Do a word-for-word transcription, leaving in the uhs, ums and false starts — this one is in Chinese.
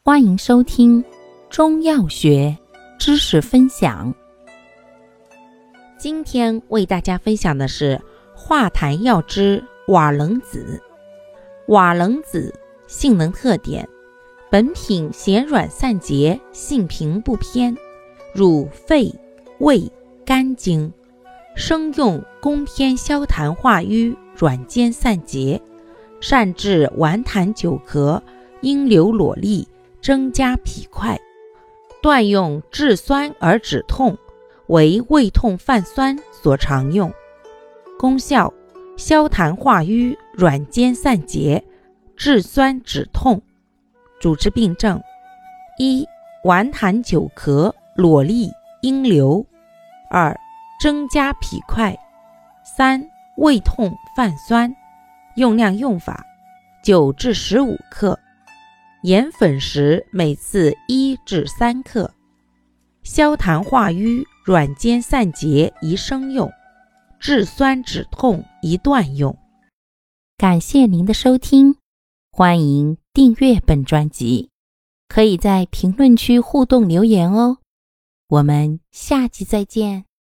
欢迎收听中药学知识分享。今天为大家分享的是化痰药之瓦楞子。瓦楞子性能特点：本品咸软散结，性平不偏，入肺、胃、肝经，生用攻偏消痰化瘀，软坚散结，善治顽痰久咳、阴流裸痢，增加脾块，断用治酸而止痛，为胃痛泛酸所常用。功效：消痰化瘀，软坚散结，治酸止痛。主治病症：一、顽痰久咳、裸痢、阴流；二、增加脾块；三、胃痛泛酸。用量用法：九至十五克，研粉时每次一至三克。消痰化瘀、软坚散结宜生用，治酸止痛宜断用。感谢您的收听，欢迎订阅本专辑，可以在评论区互动留言哦。我们下期再见。